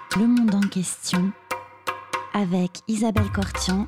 Le monde en question avec Isabelle Cortian.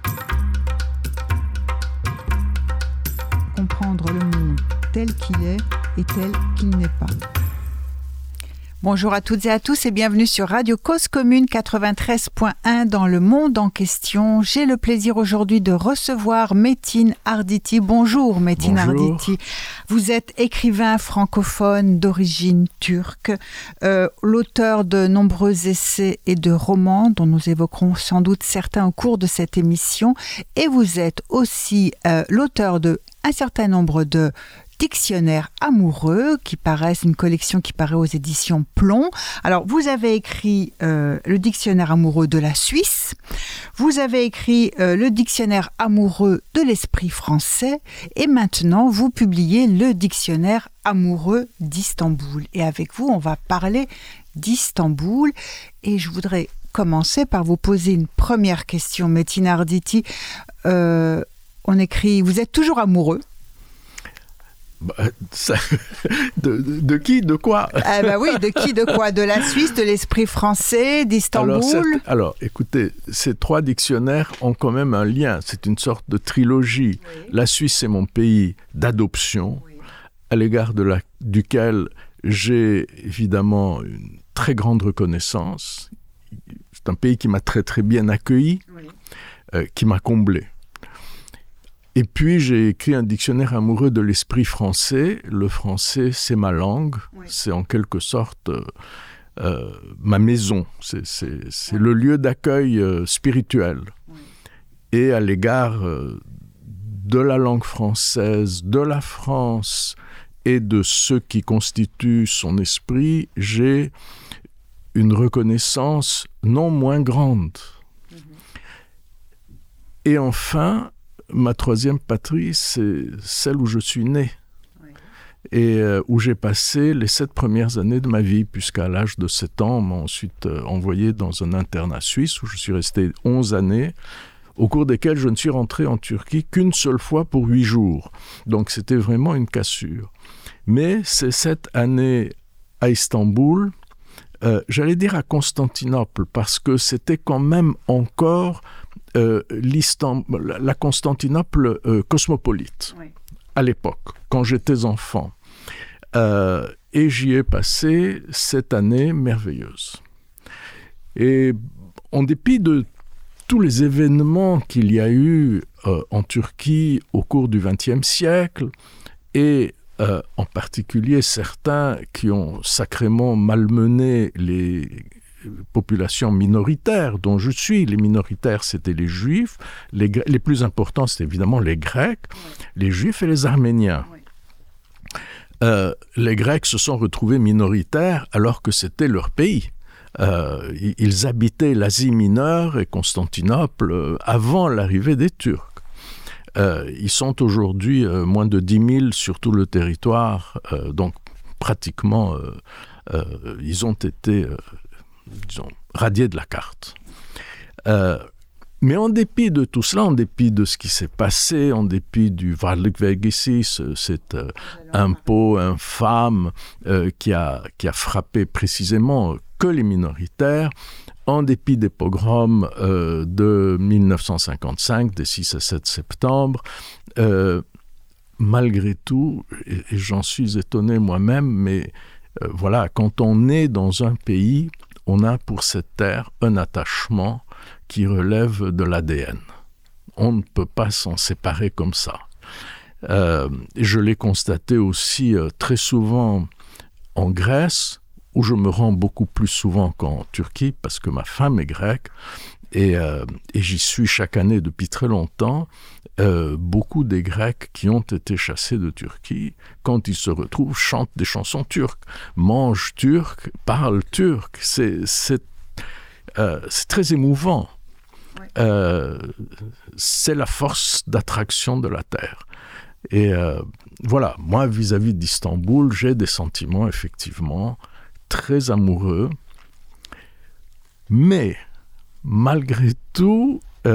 Comprendre le monde tel qu'il est et tel qu'il n'est pas. Bonjour à toutes et à tous et bienvenue sur Radio Cause Commune 93.1 dans le monde en question. J'ai le plaisir aujourd'hui de recevoir Metin Arditi. Bonjour Metin Arditi. Vous êtes écrivain francophone d'origine turque, l'auteur de nombreux essais et de romans dont nous évoquerons sans doute certains au cours de cette émission. Et vous êtes aussi l'auteur de un certain nombre de dictionnaires amoureux qui paraissent, une collection qui paraît aux éditions Plomb. Alors, vous avez écrit le dictionnaire amoureux de la Suisse, vous avez écrit le dictionnaire amoureux de l'esprit français et maintenant, vous publiez le dictionnaire amoureux d'Istanbul. Et avec vous, on va parler d'Istanbul et je voudrais commencer par vous poser une première question, Metin Arditi. On écrit, vous êtes toujours amoureux? De qui, de quoi? Oui, de qui, de quoi? De la Suisse, de l'esprit français, d'Istanbul? Alors, écoutez, ces trois dictionnaires ont quand même un lien. C'est une sorte de trilogie. Oui. La Suisse, c'est mon pays d'adoption, oui, à l'égard duquel j'ai évidemment une très grande reconnaissance. C'est un pays qui m'a très très bien accueilli, oui, qui m'a comblé. Et puis, j'ai écrit un dictionnaire amoureux de l'esprit français. Le français, c'est ma langue. Oui. C'est en quelque sorte ma maison. C'est oui, le lieu d'accueil spirituel. Oui. Et à l'égard de la langue française, de la France et de ceux qui constituent son esprit, j'ai une reconnaissance non moins grande. Mm-hmm. Et enfin, ma troisième patrie, c'est celle où je suis né, oui, et où j'ai passé les 7 premières années de ma vie, puisqu'à l'âge de 7 ans, on m'a ensuite envoyé dans un internat suisse où je suis resté 11 années, au cours desquelles je ne suis rentré en Turquie qu'une seule fois pour 8 jours. Donc c'était vraiment une cassure. Mais c'est cette année à Istanbul, j'allais dire à Constantinople, parce que c'était quand même encore la Constantinople cosmopolite, oui, à l'époque, quand j'étais enfant. Et j'y ai passé cette année merveilleuse. Et en dépit de tous les événements qu'il y a eu en Turquie au cours du XXe siècle, et en particulier certains qui ont sacrément malmené les populations minoritaires dont je suis. Les minoritaires, c'était les Juifs. Les plus importants, c'était évidemment les Grecs, oui, les Juifs et les Arméniens. Oui. Les Grecs se sont retrouvés minoritaires alors que c'était leur pays. Ils habitaient l'Asie mineure et Constantinople avant l'arrivée des Turcs. Ils sont aujourd'hui moins de 10 000 sur tout le territoire, donc pratiquement ils ont été disons, radiés de la carte. Mais en dépit de tout cela, en dépit de ce qui s'est passé, en dépit du Varlıkvergisi, cet impôt infâme qui a frappé précisément que les minoritaires, en dépit des pogroms de 1955, des 6 et 7 septembre, malgré tout, et j'en suis étonné moi-même, mais voilà, quand on est dans un pays, on a pour cette terre un attachement qui relève de l'ADN. On ne peut pas s'en séparer comme ça. Je l'ai constaté aussi très souvent en Grèce, où je me rends beaucoup plus souvent qu'en Turquie, parce que ma femme est grecque, et j'y suis chaque année depuis très longtemps. Beaucoup des Grecs qui ont été chassés de Turquie, quand ils se retrouvent, chantent des chansons turques, mangent turc, parlent turc. C'est très émouvant. Oui. C'est la force d'attraction de la terre. Et voilà, moi, vis-à-vis d'Istanbul, j'ai des sentiments, effectivement, très amoureux. Mais, malgré tout,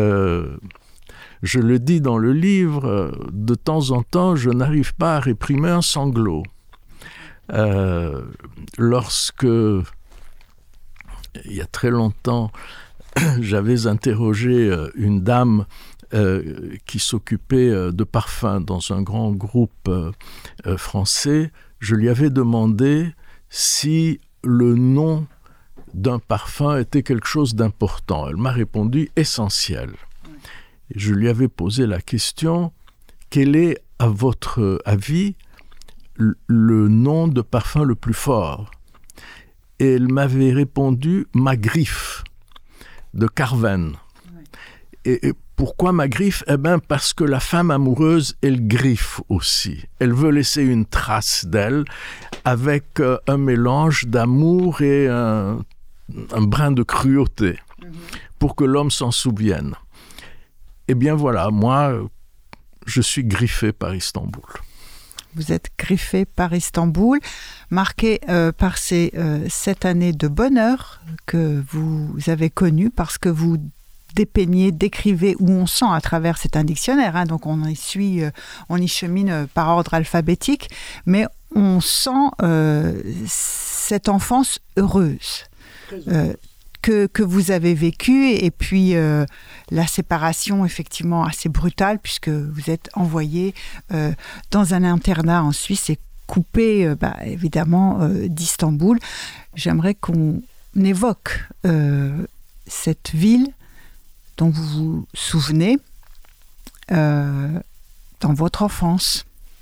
je le dis dans le livre, de temps en temps, je n'arrive pas à réprimer un sanglot. Lorsque il y a très longtemps, j'avais interrogé une dame qui s'occupait de parfums dans un grand groupe français. Je lui avais demandé si le nom d'un parfum était quelque chose d'important. Elle m'a répondu essentiel. Et je lui avais posé la question, quel est, à votre avis, le nom de parfum le plus fort? Et elle m'avait répondu Ma Griffe de Carven. Et pourquoi Ma Griffe? Eh bien, parce que la femme amoureuse, elle griffe aussi. Elle veut laisser une trace d'elle avec un mélange d'amour et un brin de cruauté pour que l'homme s'en souvienne. Eh bien voilà, moi, je suis griffé par Istanbul. Vous êtes griffé par Istanbul, marqué par ces 7 années de bonheur que vous avez connues parce que vous dépeignez, décrivez, ou on sent à travers, c'est un dictionnaire, hein, donc on y chemine par ordre alphabétique, mais on sent cette enfance heureuse que vous avez vécue, et puis la séparation effectivement assez brutale puisque vous êtes envoyé dans un internat en Suisse et coupé évidemment d'Istanbul. J'aimerais qu'on évoque cette ville dont vous vous souvenez dans votre enfance.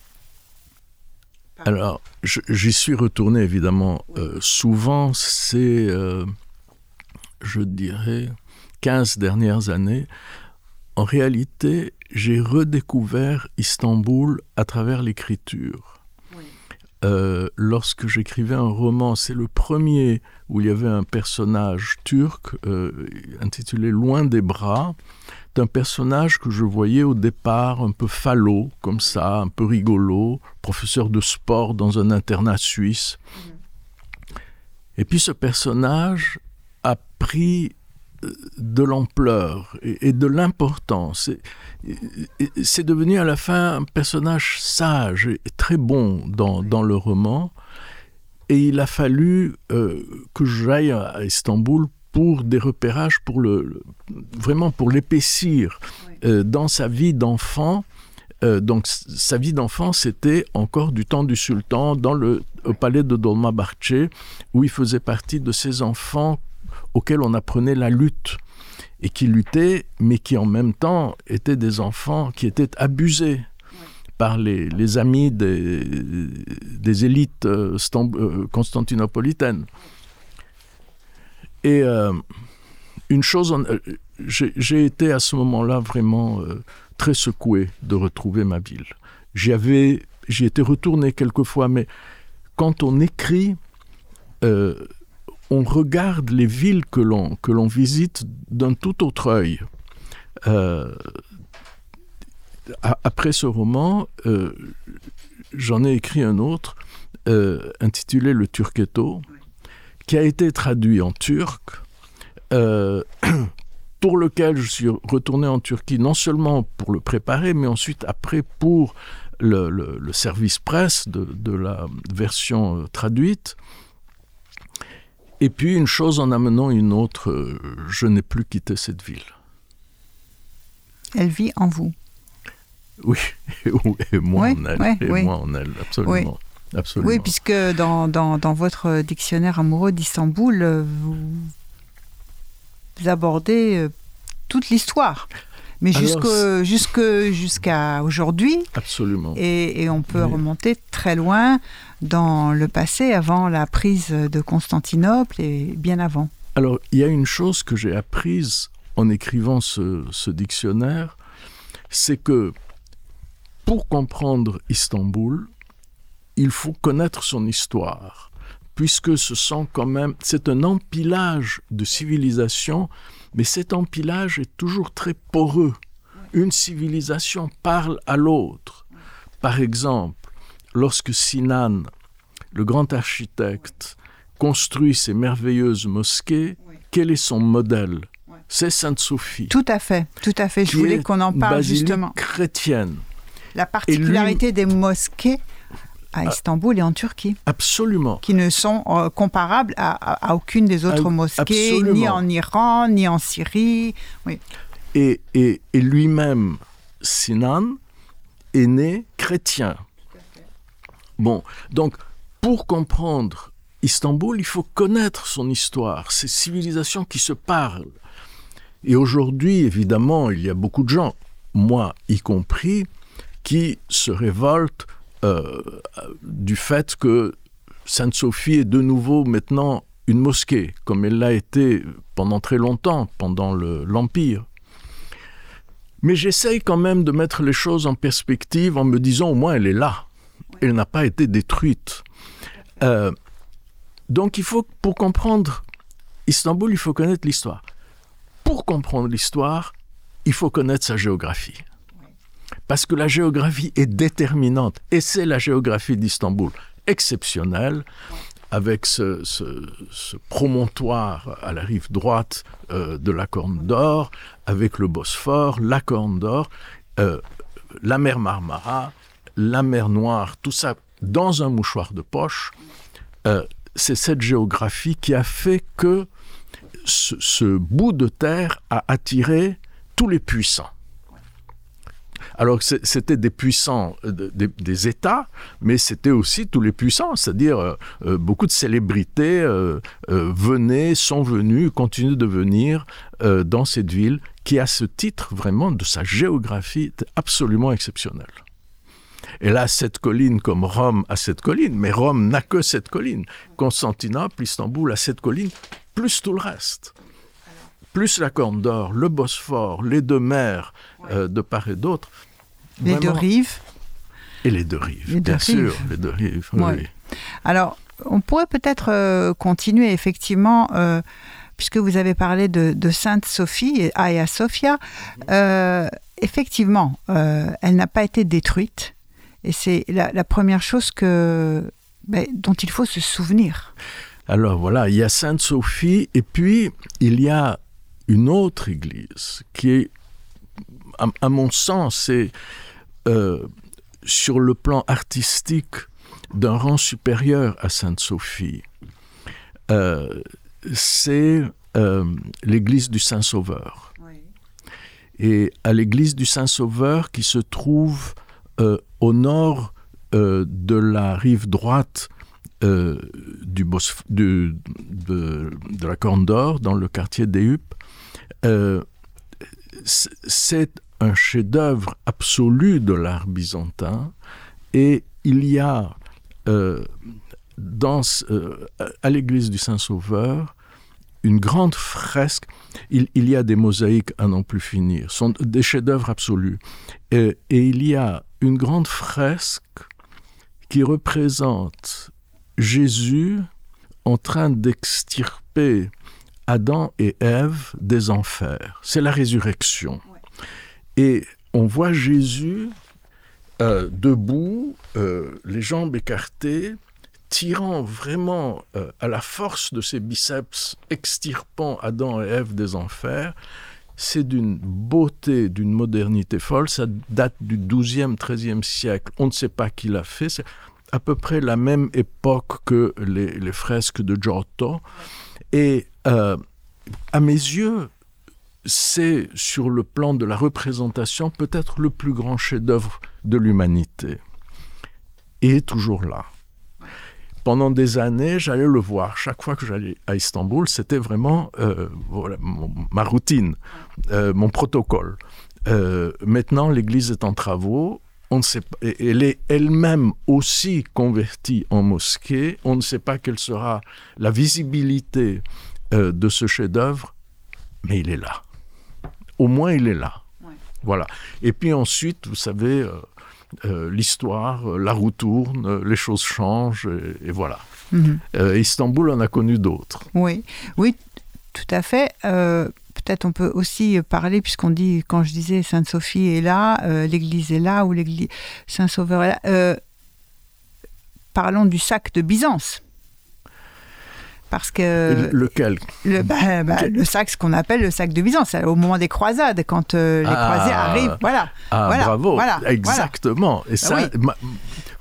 Alors, j'y suis retourné évidemment souvent, c'est, je dirais, 15 dernières années. En réalité, j'ai redécouvert Istanbul à travers l'écriture. Oui. Lorsque j'écrivais un roman, c'est le premier où il y avait un personnage turc intitulé Loin des bras. C'est un personnage que je voyais au départ un peu falot, comme ça, un peu rigolo, professeur de sport dans un internat suisse. Et puis ce personnage a pris de l'ampleur et de l'importance. C'est devenu à la fin un personnage sage et très bon dans le roman. Et il a fallu que j'aille à Istanbul pour des repérages, vraiment pour l'épaissir dans sa vie d'enfant. Donc sa vie d'enfant, c'était encore du temps du sultan, au palais de Dolmabahçe, où il faisait partie de ces enfants auxquels on apprenait la lutte, et qui luttaient, mais qui en même temps étaient des enfants qui étaient abusés par les amis des élites constantinopolitaines. Et une chose, j'ai été à ce moment-là vraiment très secoué de retrouver ma ville. J'y étais retourné quelquefois, mais quand on écrit, on regarde les villes que l'on visite d'un tout autre œil. Après ce roman, j'en ai écrit un autre intitulé Le Turquetto, qui a été traduit en turc, pour lequel je suis retourné en Turquie, non seulement pour le préparer, mais ensuite après pour le service presse de la version traduite. Et puis une chose en amenant une autre, je n'ai plus quitté cette ville. Elle vit en vous. Oui, et moi en elle, moi en elle, absolument. Oui. Absolument. Oui, puisque dans votre dictionnaire amoureux d'Istanbul, vous abordez toute l'histoire, mais jusqu'à aujourd'hui. Absolument. Et on peut remonter très loin dans le passé, avant la prise de Constantinople et bien avant. Alors, il y a une chose que j'ai apprise en écrivant ce dictionnaire, c'est que pour comprendre Istanbul, il faut connaître son histoire, puisque c'est un empilage de civilisations, mais cet empilage est toujours très poreux. Une civilisation parle à l'autre. Par exemple, lorsque Sinan, le grand architecte, construit ces merveilleuses mosquées, quel est son modèle? C'est Sainte-Sophie. Tout à fait. Je voulais qu'on en parle justement. Chrétienne. La particularité des mosquées à Istanbul et en Turquie. Absolument. Qui ne sont comparables à aucune des autres mosquées, absolument. Ni en Iran, ni en Syrie. Oui. Et lui-même, Sinan, est né chrétien. Bon, donc, pour comprendre Istanbul, il faut connaître son histoire, ces civilisations qui se parlent. Et aujourd'hui, évidemment, il y a beaucoup de gens, moi y compris, qui se révoltent du fait que Sainte-Sophie est de nouveau maintenant une mosquée, comme elle l'a été pendant très longtemps, pendant l'Empire. Mais j'essaye quand même de mettre les choses en perspective en me disant au moins elle est là. Elle n'a pas été détruite. Donc il faut, pour comprendre Istanbul, il faut connaître l'histoire. Pour comprendre l'histoire, il faut connaître sa géographie. Parce que la géographie est déterminante. Et c'est la géographie d'Istanbul, exceptionnelle, avec ce promontoire à la rive droite de la Corne d'Or, avec le Bosphore, la Corne d'Or, la mer Marmara, la mer Noire, tout ça dans un mouchoir de poche. C'est cette géographie qui a fait que ce bout de terre a attiré tous les puissants. Alors c'était des puissants, des États, mais c'était aussi tous les puissants, c'est-à-dire beaucoup de célébrités sont venues, continuent de venir dans cette ville qui a ce titre vraiment de sa géographie absolument exceptionnelle. Elle a cette colline comme Rome a cette colline, mais Rome n'a que cette colline. Constantinople, Istanbul a cette colline, plus tout le reste. Plus la Corne d'Or, le Bosphore, les deux mers de part et d'autre. Les deux rives. Et les deux rives, bien sûr, les deux rives. Ouais. Oui. Alors, on pourrait peut-être continuer effectivement, puisque vous avez parlé de Sainte-Sophie, Hagia Sophia. Effectivement, elle n'a pas été détruite. Et c'est la première chose dont il faut se souvenir. Alors voilà, il y a Sainte-Sophie et puis il y a une autre église qui est, à mon sens, c'est sur le plan artistique d'un rang supérieur à Sainte-Sophie. C'est l'église du Saint-Sauveur. Oui. Et à l'église du Saint-Sauveur qui se trouve au nord de la rive droite de la Corne d'Or, dans le quartier des Huppes, c'est un chef-d'œuvre absolu de l'art byzantin, et il y a à l'église du Saint-Sauveur une grande fresque. Il y a des mosaïques à n'en plus finir, sont des chefs-d'œuvre absolus, et il y a une grande fresque qui représente Jésus en train d'extirper Adam et Ève des enfers. C'est la résurrection. Ouais. Et on voit Jésus debout, les jambes écartées, tirant vraiment à la force de ses biceps, extirpant Adam et Ève des enfers. C'est d'une beauté, d'une modernité folle. Ça date du XIIe, XIIIe siècle. On ne sait pas qui l'a fait. C'est à peu près la même époque que les fresques de Giotto. Et à mes yeux, c'est sur le plan de la représentation peut-être le plus grand chef-d'œuvre de l'humanité. Et il est toujours là. Pendant des années, j'allais le voir. Chaque fois que j'allais à Istanbul, c'était vraiment ma routine, mon protocole. Maintenant, l'église est en travaux. On ne sait pas, elle est elle-même aussi convertie en mosquée. On ne sait pas quelle sera la visibilité de ce chef-d'œuvre, mais il est là. Au moins, il est là. Ouais. Voilà. Et puis ensuite, vous savez, l'histoire, la roue tourne, les choses changent, et voilà. Mm-hmm. Istanbul en a connu d'autres. Oui, tout à fait. Peut-être on peut aussi parler, puisqu'on dit, quand je disais Sainte-Sophie est là, l'église est là, ou l'église Saint-Sauveur est là. Parlons du sac de Byzance. Parce que lequel le sac, ce qu'on appelle le sac de Byzance, au moment des croisades, quand les croisés arrivent, voilà. Bravo, voilà, exactement. Et ça,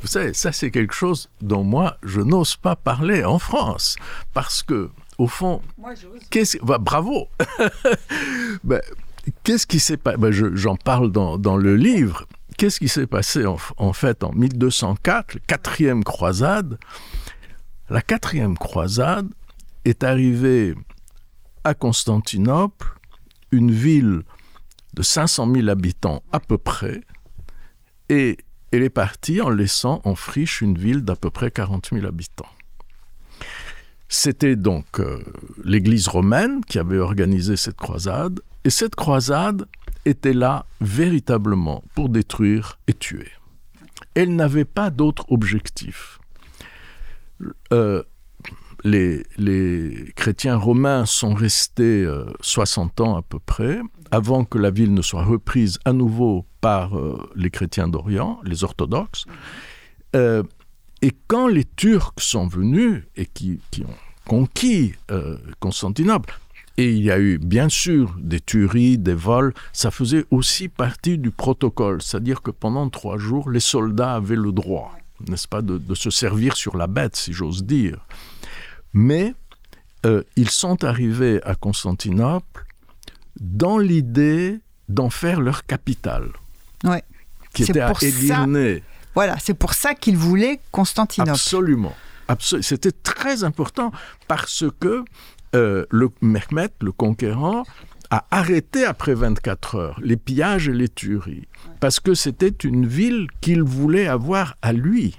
Vous savez, ça c'est quelque chose dont moi, je n'ose pas parler en France. Parce que, au fond, moi, j'ose. Bravo. Qu'est-ce qui s'est passé? J'en parle dans le livre. Qu'est-ce qui s'est passé en fait en 1204, la quatrième croisade? La quatrième croisade est arrivée à Constantinople, une ville de 500 000 habitants à peu près, et elle est partie en laissant en friche une ville d'à peu près 40 000 habitants. C'était donc l'Église romaine qui avait organisé cette croisade, et cette croisade était là véritablement pour détruire et tuer. Elle n'avait pas d'autre objectif. Les chrétiens romains sont restés 60 ans à peu près, avant que la ville ne soit reprise à nouveau par les chrétiens d'Orient, les orthodoxes. Et quand les Turcs sont venus et qui ont conquis Constantinople, et il y a eu bien sûr des tueries, des vols, ça faisait aussi partie du protocole, c'est-à-dire que pendant 3 jours, les soldats avaient le droit, n'est-ce pas, de se servir sur la bête, si j'ose dire. Mais ils sont arrivés à Constantinople dans l'idée d'en faire leur capitale, qui était à Édirné. Voilà, c'est pour ça qu'ils voulaient Constantinople. Absolument. C'était très important parce que le Mehmet, le conquérant, a arrêté après 24 heures les pillages et les tueries, parce que c'était une ville qu'il voulait avoir à lui.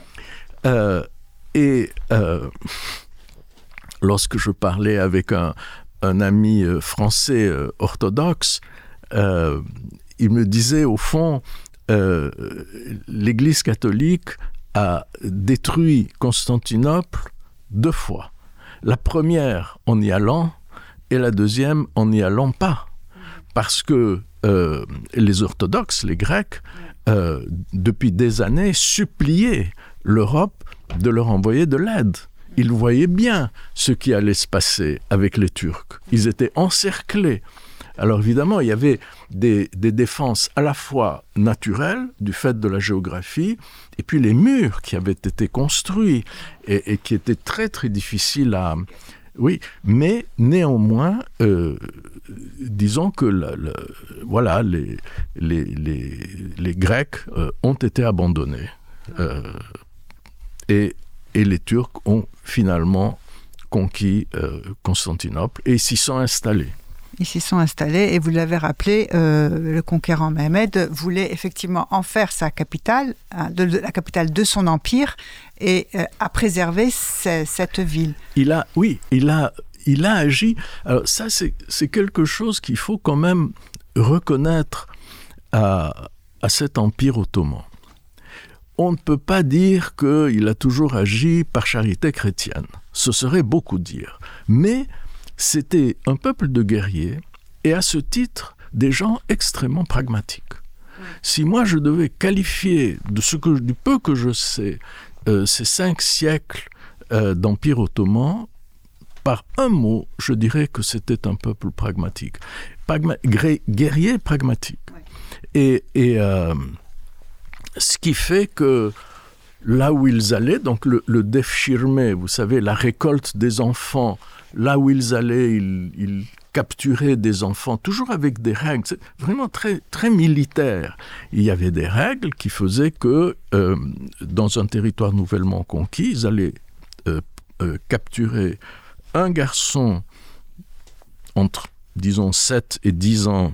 Lorsque je parlais avec un ami français orthodoxe, il me disait, au fond, l'Église catholique a détruit Constantinople 2 fois. La première en y allant et la deuxième en n'y allant pas. Parce que les orthodoxes, les Grecs, depuis des années, suppliaient l'Europe de leur envoyer de l'aide. Ils voyaient bien ce qui allait se passer avec les Turcs. Ils étaient encerclés. Alors évidemment, il y avait des défenses à la fois naturelles, du fait de la géographie, et puis les murs qui avaient été construits et qui étaient très très difficiles à... Oui, mais néanmoins, disons que les Grecs ont été abandonnés. Et les Turcs ont finalement conquis Constantinople et s'y sont installés. Ils s'y sont installés et vous l'avez rappelé, le conquérant Mehmed voulait effectivement en faire sa capitale, la capitale de son empire et a préservé cette ville. Il a agi. Alors ça, c'est quelque chose qu'il faut quand même reconnaître à cet empire ottoman. On ne peut pas dire qu'il a toujours agi par charité chrétienne. Ce serait beaucoup dire. Mais c'était un peuple de guerriers et à ce titre, des gens extrêmement pragmatiques. Si moi je devais qualifier du peu que je sais ces 5 siècles d'Empire ottoman, par un mot, je dirais que c'était un peuple pragmatique. Guerrier pragmatique. Et ce qui fait que là où ils allaient, donc le Defşirme, vous savez, la récolte des enfants, là où ils allaient, ils capturaient des enfants, toujours avec des règles, c'est vraiment très, très militaire. Il y avait des règles qui faisaient que, dans un territoire nouvellement conquis, ils allaient capturer un garçon entre, disons, 7 et 10 ans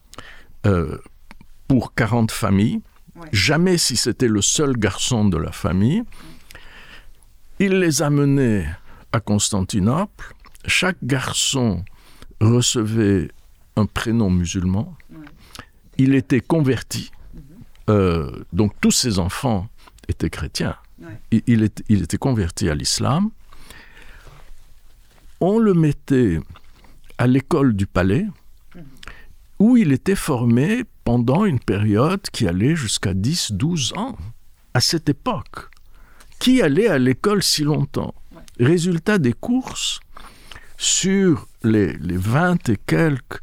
pour 40 familles. Ouais. Jamais si c'était le seul garçon de la famille. Il les amenait à Constantinople. Chaque garçon recevait un prénom musulman. Ouais. Il était converti. Donc tous ses enfants étaient chrétiens. Ouais. Il était converti à l'islam. On le mettait à l'école du palais, où il était formé pendant une période qui allait jusqu'à 10-12 ans. À cette époque, qui allait à l'école si longtemps? Résultat des courses, sur les 20 et quelques,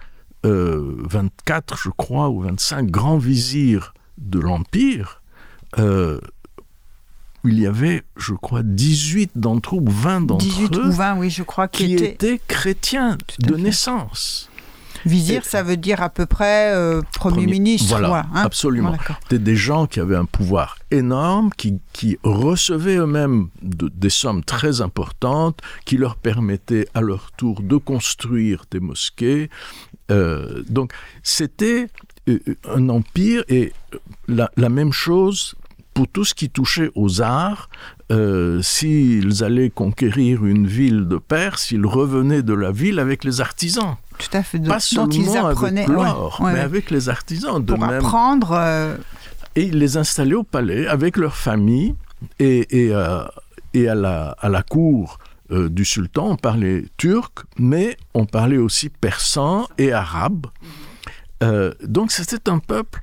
24 je crois, ou 25 grands vizirs de l'Empire, il y avait, je crois, 18 d'entre eux, ou 20 d'entre 18 eux, ou 20, oui, je crois, qui étaient chrétiens de naissance. Vizir, ça veut dire à peu près Premier ministre. Voilà, absolument. C'était des gens qui avaient un pouvoir énorme, qui recevaient eux-mêmes des sommes très importantes, qui leur permettaient à leur tour de construire des mosquées. Donc, c'était un empire, et la même chose pour tout ce qui touchait aux arts. S'ils allaient conquérir une ville de Perse, ils revenaient de la ville avec les artisans. Tout à fait, pas dont ils apprenaient, avec l'or, mais avec les artisans. Pour apprendre. Et ils les installaient au palais avec leur famille, et à la cour du sultan, on parlait turc, mais on parlait aussi persan et arabe. Donc c'était un peuple,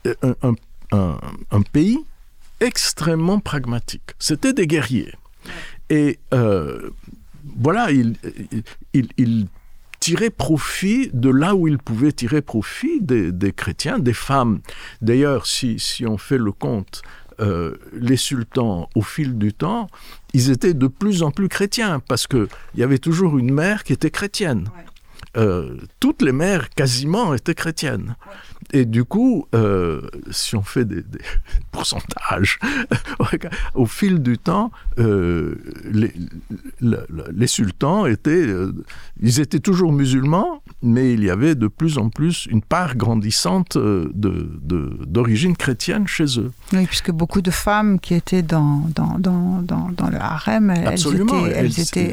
un pays extrêmement pragmatique. C'était des guerriers. Et voilà, ils tiraient profit de là où ils pouvaient tirer profit des chrétiens, des femmes. D'ailleurs, si on fait le compte, les sultans, au fil du temps, ils étaient de plus en plus chrétiens, parce qu'il y avait toujours une mère qui était chrétienne. Toutes les mères, quasiment, étaient chrétiennes. Et du coup, si on fait des pourcentages, au fil du temps, les sultans ils étaient toujours musulmans, mais il y avait de plus en plus une part grandissante d'origine chrétienne chez eux. Oui, puisque beaucoup de femmes qui étaient dans le harem, elles étaient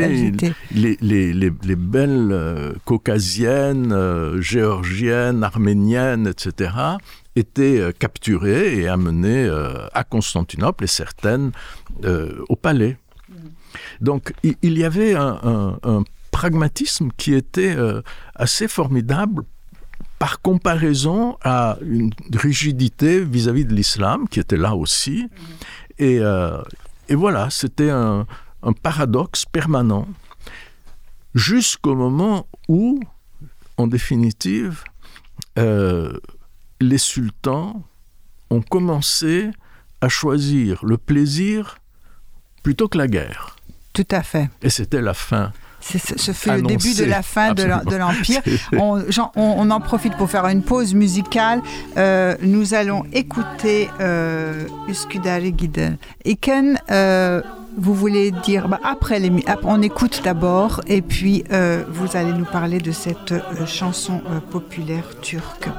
les belles caucasiennes, géorgiennes, arméniennes, etc., étaient capturées et amenées à Constantinople, et certaines au palais. Donc il y avait un pragmatisme qui était assez formidable par comparaison à une rigidité vis-à-vis de l'islam qui était là aussi. Et voilà, c'était un paradoxe permanent jusqu'au moment où, en définitive, les sultans ont commencé à choisir le plaisir plutôt que la guerre. Tout à fait. Et c'était la fin. Ce fut le début de la fin de l'Empire. On en profite pour faire une pause musicale. Nous allons écouter Üsküdar Gider. Iken, vous voulez dire... on écoute d'abord, et puis vous allez nous parler de cette chanson populaire turque.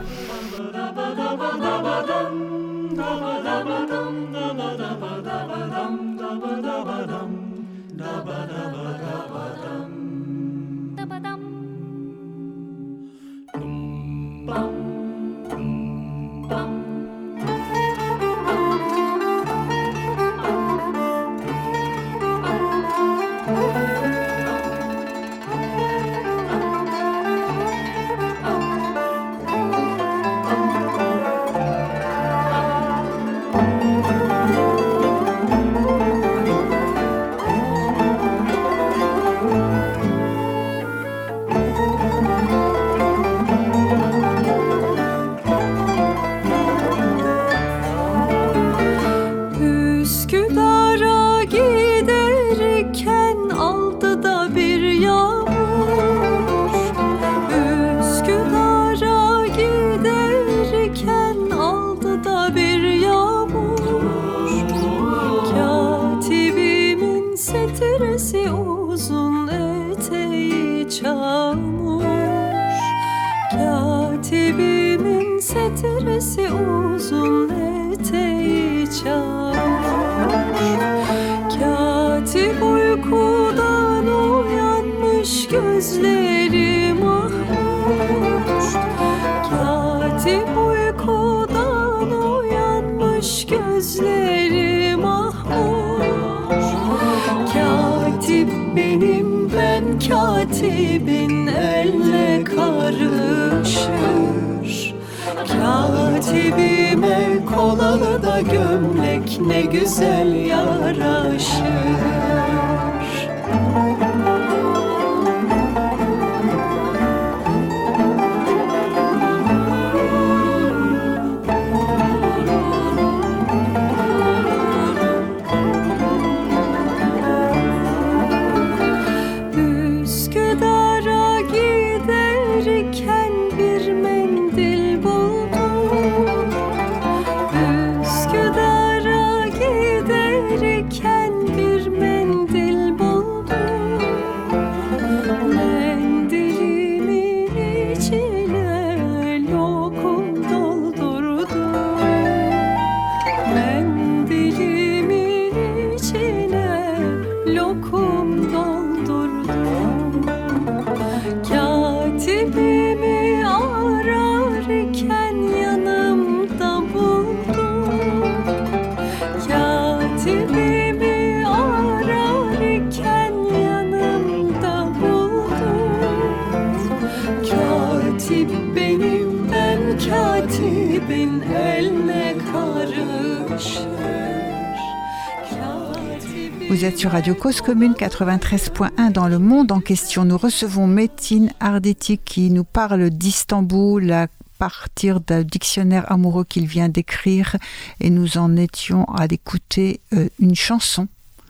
Katibin elle karışır. Katibime kolalı da gömlek ne güzel yaraşır. katip benimden katibin eline karışır. Vous êtes sur Radio Cause Commune 93.1 dans le monde en question. Nous recevons Metin Arditi qui nous parle d'Istanbul à partir d'un dictionnaire amoureux qu'il vient d'écrire, et nous en étions à écouter une chanson.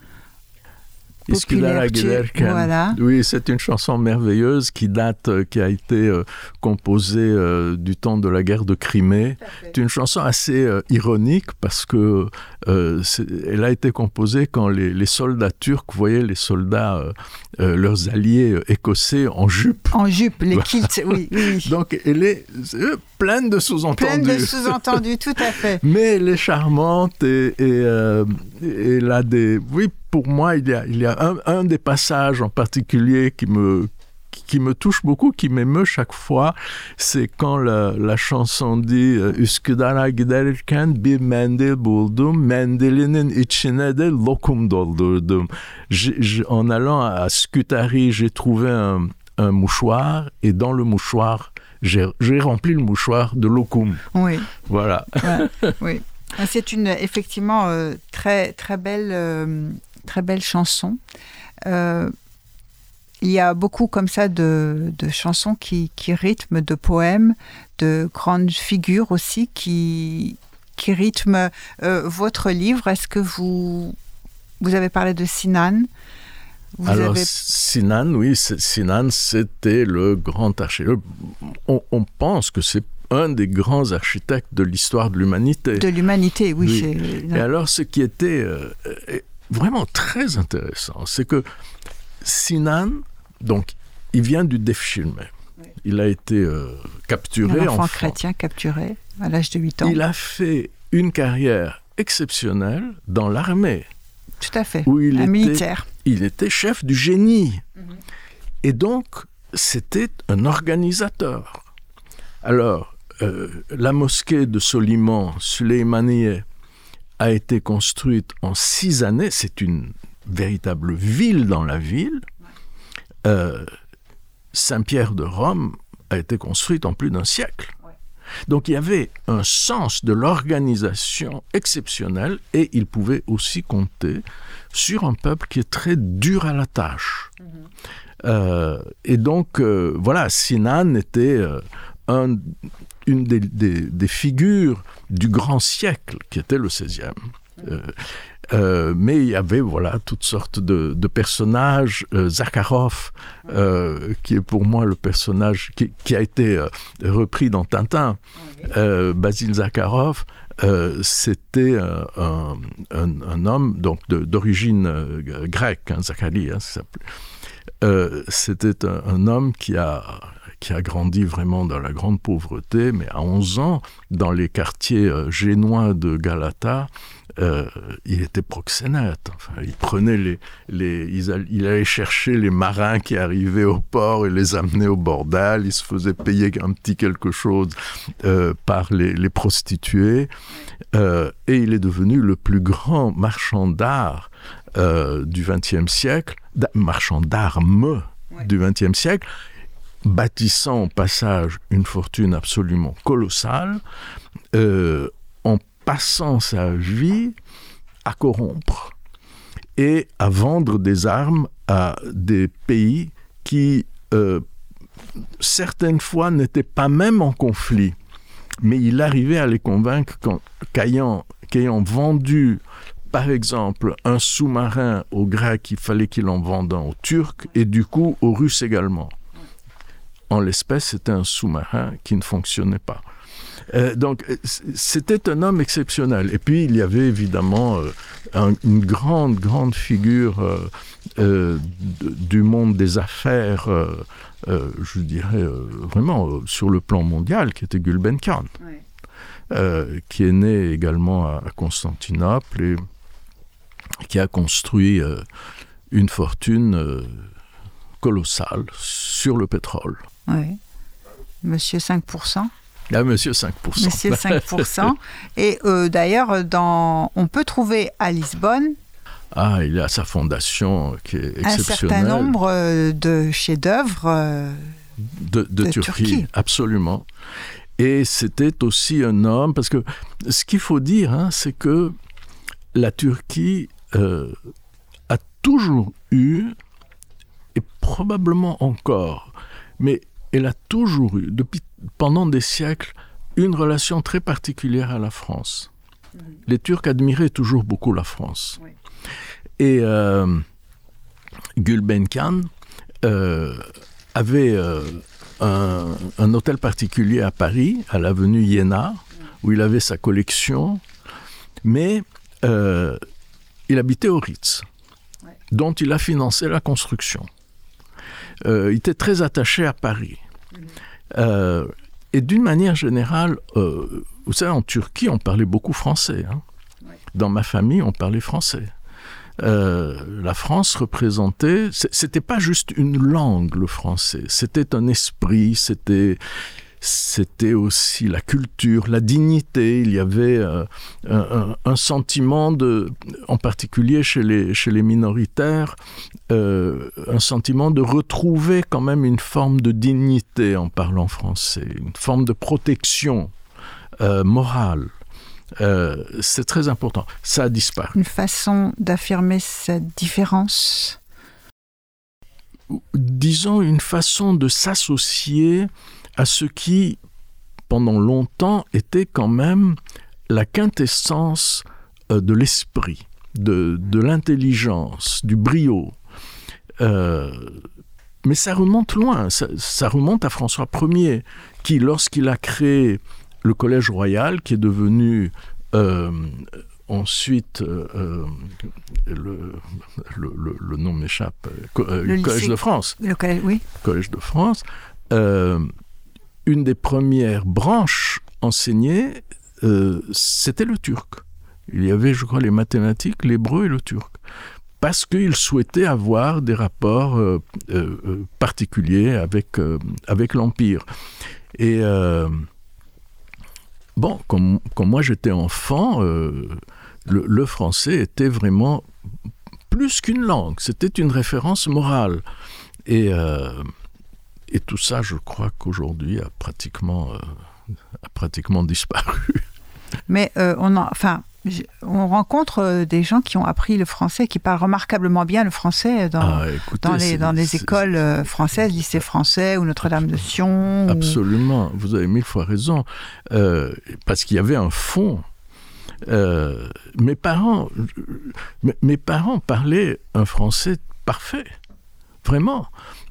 Voilà. Oui, c'est une chanson merveilleuse qui a été composée du temps de la guerre de Crimée. C'est une chanson assez ironique parce que elle a été composée quand les soldats turcs voyaient les soldats, leurs alliés écossais en jupe. En jupe, les kilts, oui. Donc elle est pleine de sous-entendus. Pleine de sous-entendus, tout à fait. Mais elle est charmante et elle a des... Oui, pour moi, il y a un des passages en particulier qui me touche beaucoup, qui m'émeut chaque fois, c'est quand la chanson dit « Üsküdar'a giderken bir mendil buldum, mendilinin içine de lokum doldurdum ». En allant à Scutari, j'ai trouvé un mouchoir, et dans le mouchoir, j'ai rempli le mouchoir de lokum. Oui. Voilà. Ouais, oui. C'est une, effectivement, très, très belle chanson. Il y a beaucoup comme ça de chansons qui rythment, de poèmes, de grandes figures aussi qui rythment votre livre. Est-ce que vous avez parlé de Sinan? Sinan, oui, Sinan, c'était le grand architecte. On pense que c'est un des grands architectes de l'histoire de l'humanité. De l'humanité, oui. Et alors, ce qui était vraiment très intéressant, c'est que Sinan, donc, il vient du Devşirme. Oui. Il a été capturé. Un enfant chrétien capturé à l'âge de 8 ans. Il a fait une carrière exceptionnelle dans l'armée. Tout à fait, où militaire. Il était chef du génie. Mm-hmm. Et donc, c'était un organisateur. Alors, la mosquée de Soliman, Süleymaniye, a été construite en 6 années. C'est une véritable ville dans la ville. Saint-Pierre de Rome a été construite en plus d'1 siècle. Donc il y avait un sens de l'organisation exceptionnel, et il pouvait aussi compter sur un peuple qui est très dur à la tâche. Et donc, voilà, Sinan était une des figures du grand siècle, qui était le XVIe. Mais il y avait toutes sortes de personnages. Zakharov, qui est pour moi le personnage qui a été repris dans Tintin. Basile Zakharov, c'était un homme donc d'origine grecque, Zacharie, ça s'appelait. C'était un homme qui a grandi vraiment dans la grande pauvreté, mais à 11 ans, dans les quartiers génois de Galata, il était proxénète. Enfin, il prenait il allait chercher les marins qui arrivaient au port et les amenait au bordel. Il se faisait payer un petit quelque chose par les prostituées. Et il est devenu le plus grand marchand d'art du XXe siècle, marchand d'armes du XXe siècle, bâtissant au passage une fortune absolument colossale, en passant sa vie à corrompre et à vendre des armes à des pays qui, certaines fois, n'étaient pas même en conflit. Mais il arrivait à les convaincre qu'ayant vendu, par exemple, un sous-marin aux Grecs, il fallait qu'il en vende un aux Turcs, et du coup aux Russes également. En l'espèce, c'était un sous-marin qui ne fonctionnait pas. Donc, c'était un homme exceptionnel. Et puis, il y avait évidemment une grande figure du monde des affaires, je dirais vraiment sur le plan mondial, qui était Gulbenkian, qui est né également à Constantinople et qui a construit une fortune colossale sur le pétrole. Oui. Monsieur 5%. Ah, Monsieur 5%. Monsieur 5%. Et d'ailleurs, on peut trouver à Lisbonne... il a sa fondation qui est exceptionnelle. Un certain nombre de chefs-d'œuvre de Turquie, absolument. Et c'était aussi un homme, parce que ce qu'il faut dire, c'est que la Turquie a toujours eu, et probablement encore, mais elle a toujours eu, pendant des siècles, une relation très particulière à la France. Les Turcs admiraient toujours beaucoup la France. Oui. Et Gulbenkian avait un hôtel particulier à Paris, à l'avenue Iéna, où il avait sa collection, mais il habitait au Ritz, dont il a financé la construction. Il était très attaché à Paris. Et d'une manière générale, vous savez, en Turquie, on parlait beaucoup français. Dans ma famille, on parlait français. La France représentait... C'était pas juste une langue, le français. C'était un esprit, c'était aussi la culture, la dignité. Il y avait un sentiment en particulier chez les minoritaires, un sentiment de retrouver quand même une forme de dignité en parlant français, une forme de protection morale. C'est très important. Ça a disparu. Une façon d'affirmer cette différence ? Disons une façon de s'associer à ce qui, pendant longtemps, était quand même la quintessence de l'esprit, de l'intelligence, du brio. Mais ça remonte loin, ça remonte à François Ier, qui, lorsqu'il a créé le Collège Royal, qui est devenu ensuite, le nom m'échappe, Collège de France. Le collège, oui. Collège de France. Une des premières branches enseignées, c'était le turc. Il y avait, je crois, les mathématiques, l'hébreu et le turc. Parce qu'il souhaitait avoir des rapports particuliers avec l'Empire. Et bon, comme moi j'étais enfant, le français était vraiment plus qu'une langue. C'était une référence morale. Et tout ça, je crois qu'aujourd'hui a pratiquement disparu. Mais on rencontre des gens qui ont appris le français, qui parlent remarquablement bien le français dans les écoles françaises, lycée français ou Notre-Dame de Sion. Absolument, vous avez 1000 fois raison. Parce qu'il y avait un fond. Mes parents parlaient un français parfait. Vraiment.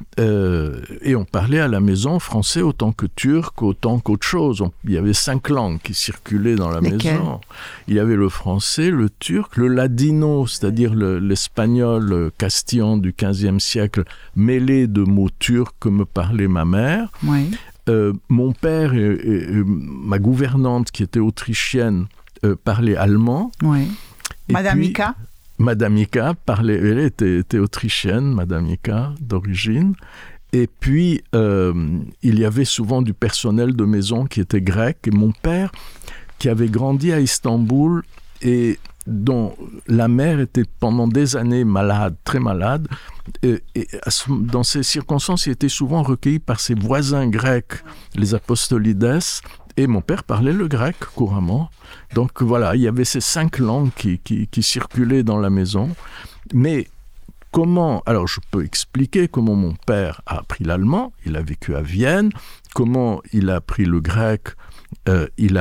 Et on parlait à la maison français autant que turc, autant qu'autre chose. Il y avait 5 langues qui circulaient dans la maison. Il y avait le français, le turc, le ladino, c'est-à-dire l'espagnol castillan du XVe siècle, mêlé de mots turcs que me parlait ma mère. Oui. Mon père et ma gouvernante, qui était autrichienne, parlaient allemand. Oui. Madame Mika. Madame Mika elle était autrichienne, Madame Mika, d'origine. Et puis, il y avait souvent du personnel de maison qui était grec. Et mon père, qui avait grandi à Istanbul et dont la mère était pendant des années malade, très malade, et dans ces circonstances, il était souvent recueilli par ses voisins grecs, les apostolides. Et mon père parlait le grec couramment. Donc voilà, il y avait ces 5 langues qui circulaient dans la maison. Mais comment... Alors je peux expliquer comment mon père a appris l'allemand. Il a vécu à Vienne. Comment il a appris le grec. Il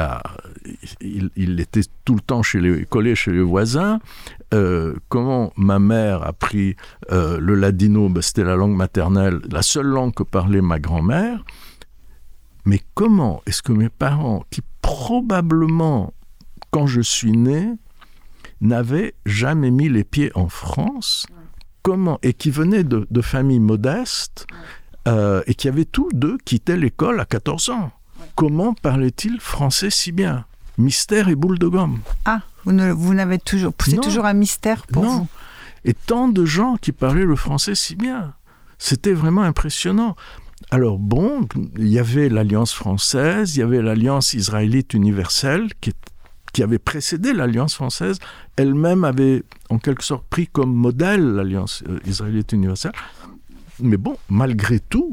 était tout le temps collé chez les voisins. Comment ma mère a appris le ladino. C'était la langue maternelle, la seule langue que parlait ma grand-mère. Mais comment est-ce que mes parents, qui probablement, quand je suis né, n'avaient jamais mis les pieds en France, et qui venaient de familles modestes, et qui avaient tous deux quitté l'école à 14 ans, comment parlaient-ils français si bien ? Mystère et boule de gomme. Ah, vous n'avez toujours... C'est non, toujours un mystère pour vous. Et tant de gens qui parlaient le français si bien. C'était vraiment impressionnant. Alors bon, il y avait l'Alliance française, il y avait l'Alliance israélite universelle qui avait précédé l'Alliance française. Elle-même avait en quelque sorte pris comme modèle l'Alliance israélite universelle. Mais bon, malgré tout,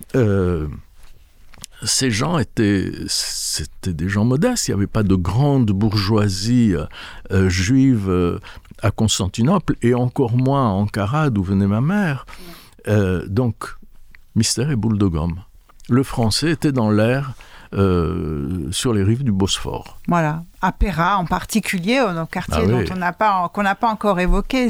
ces gens c'était des gens modestes. Il n'y avait pas de grande bourgeoisie juive à Constantinople, et encore moins à Ankara, d'où venait ma mère. Donc, mystère et boule de gomme. Le français était dans l'air sur les rives du Bosphore. Voilà, à Pera en particulier, un quartier qu'on n'a pas encore évoqué.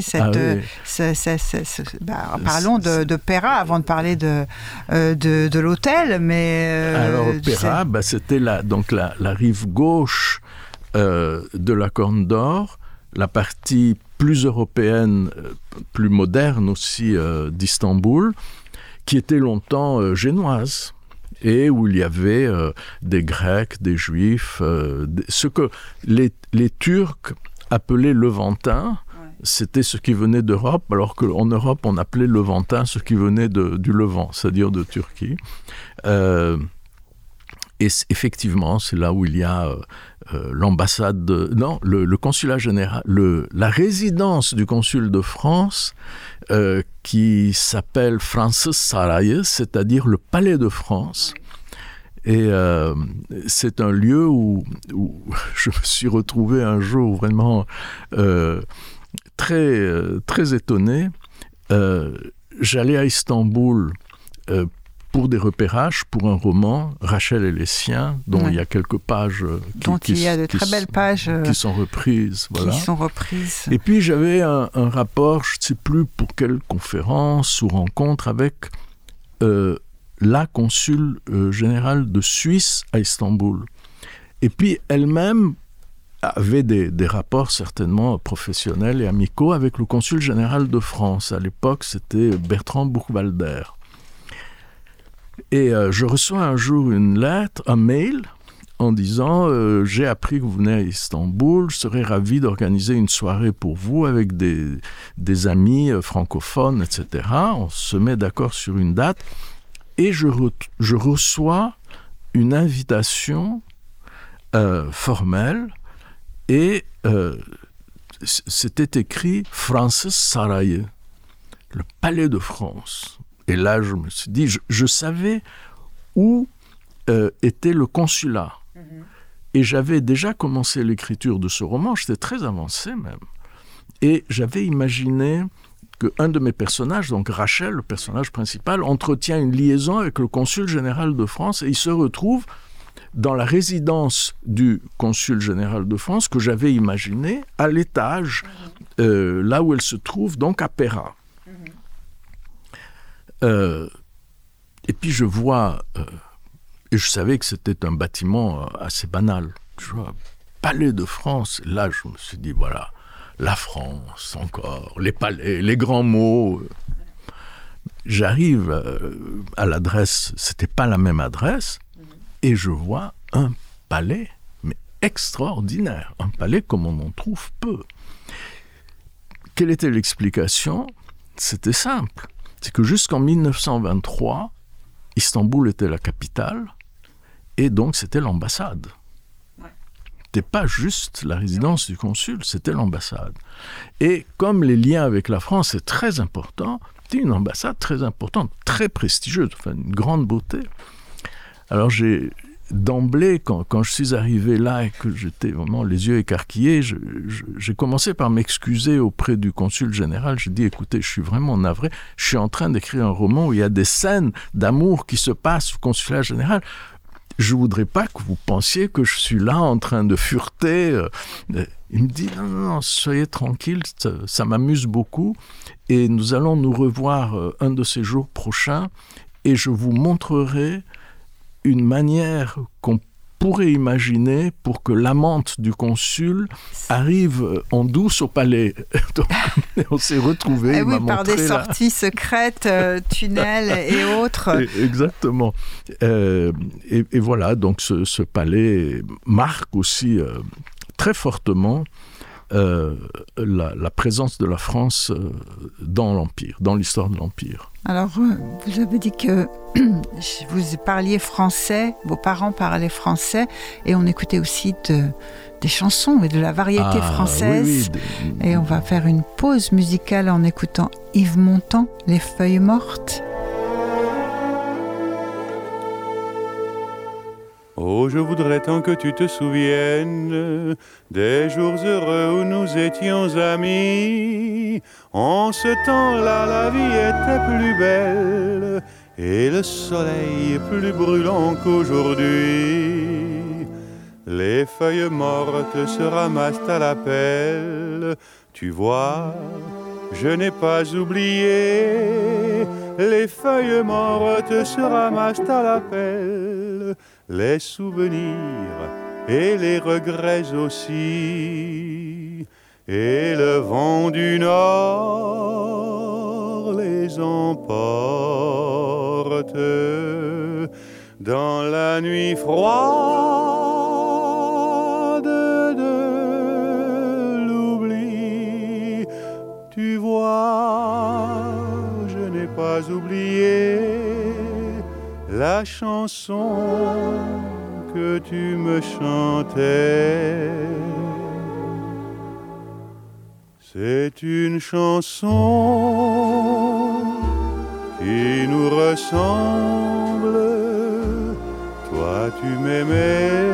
Parlons de Pera avant de parler de l'hôtel. Mais alors Pera, c'était la rive gauche de la Corne d'Or, la partie plus européenne, plus moderne aussi d'Istanbul, qui était longtemps génoise. Et où il y avait des Grecs, des Juifs, ce que les Turcs appelaient Levantins, c'était ce qui venait d'Europe, alors qu'en Europe, on appelait Levantin ce qui venait du Levant, c'est-à-dire de Turquie. Et effectivement, c'est là où il y a l'ambassade... le consulat général, la résidence du consul de France, qui s'appelle Fransızsaray, c'est-à-dire le palais de France. Et c'est un lieu où je me suis retrouvé un jour vraiment très étonné. J'allais à Istanbul pour des repérages, pour un roman, Rachel et les siens, dont il y a quelques pages il y a de très belles pages qui sont reprises. Voilà. Qui sont reprises. Et puis j'avais un rapport, je ne sais plus pour quelle conférence ou rencontre, avec la consul générale de Suisse à Istanbul. Et puis elle-même avait des rapports certainement professionnels et amicaux avec le consul général de France. À l'époque, c'était Bertrand Bourgwalder. Et je reçois un jour un mail, en disant « J'ai appris que vous venez à Istanbul, je serais ravi d'organiser une soirée pour vous avec des amis francophones, etc. » On se met d'accord sur une date. Et je reçois une invitation formelle, et c'était écrit « Fransızsaray », le palais de France. Et là, je me suis dit, je savais où était le consulat. Et j'avais déjà commencé l'écriture de ce roman, j'étais très avancé même. Et j'avais imaginé qu'un de mes personnages, donc Rachel, le personnage principal, entretient une liaison avec le consul général de France, et il se retrouve dans la résidence du consul général de France que j'avais imaginé à l'étage, là où elle se trouve, donc à Pera. Et puis je vois, et je savais que c'était un bâtiment assez banal, je vois Palais de France. Là je me suis dit, voilà, la France encore, les palais, les grands mots. J'arrive à l'adresse, c'était pas la même adresse, et je vois un palais, mais extraordinaire, un palais comme on en trouve peu. Quelle était l'explication ? C'était simple. C'est que jusqu'en 1923, Istanbul était la capitale, et donc c'était l'ambassade. C'était pas juste la résidence du consul, c'était l'ambassade. Et comme les liens avec la France sont très importants, c'était une ambassade très importante, très prestigieuse, enfin une grande beauté. Alors d'emblée, quand je suis arrivé là et que j'étais vraiment les yeux écarquillés, j'ai commencé par m'excuser auprès du consul général. J'ai dit, écoutez, je suis vraiment navré, je suis en train d'écrire un roman où il y a des scènes d'amour qui se passent au consulat général. Je ne voudrais pas que vous pensiez que je suis là en train de fureter. Il me dit, non, soyez tranquille, ça m'amuse beaucoup, et nous allons nous revoir un de ces jours prochains, et je vous montrerai une manière qu'on pourrait imaginer pour que l'amante du consul arrive en douce au palais. Donc, on s'est retrouvés. Eh oui, par des sorties secrètes, tunnels et autres. Exactement. Et voilà, donc ce palais marque aussi très fortement la présence de la France dans l'Empire, dans l'histoire de l'Empire. Alors, vous avez dit que vous parliez français, vos parents parlaient français, et on écoutait aussi des chansons et de la variété française. Oui. Et on va faire une pause musicale en écoutant Yves Montand, Les Feuilles mortes. Oh, je voudrais tant que tu te souviennes des jours heureux où nous étions amis. En ce temps-là, la vie était plus belle et le soleil plus brûlant qu'aujourd'hui. Les feuilles mortes se ramassent à la pelle. Tu vois, je n'ai pas oublié. Les feuilles mortes se ramassent à la pelle. Les souvenirs et les regrets aussi. Et le vent du nord les emporte dans la nuit froide de l'oubli. Tu vois, je n'ai pas oublié la chanson que tu me chantais. C'est une chanson qui nous ressemble. Toi tu m'aimais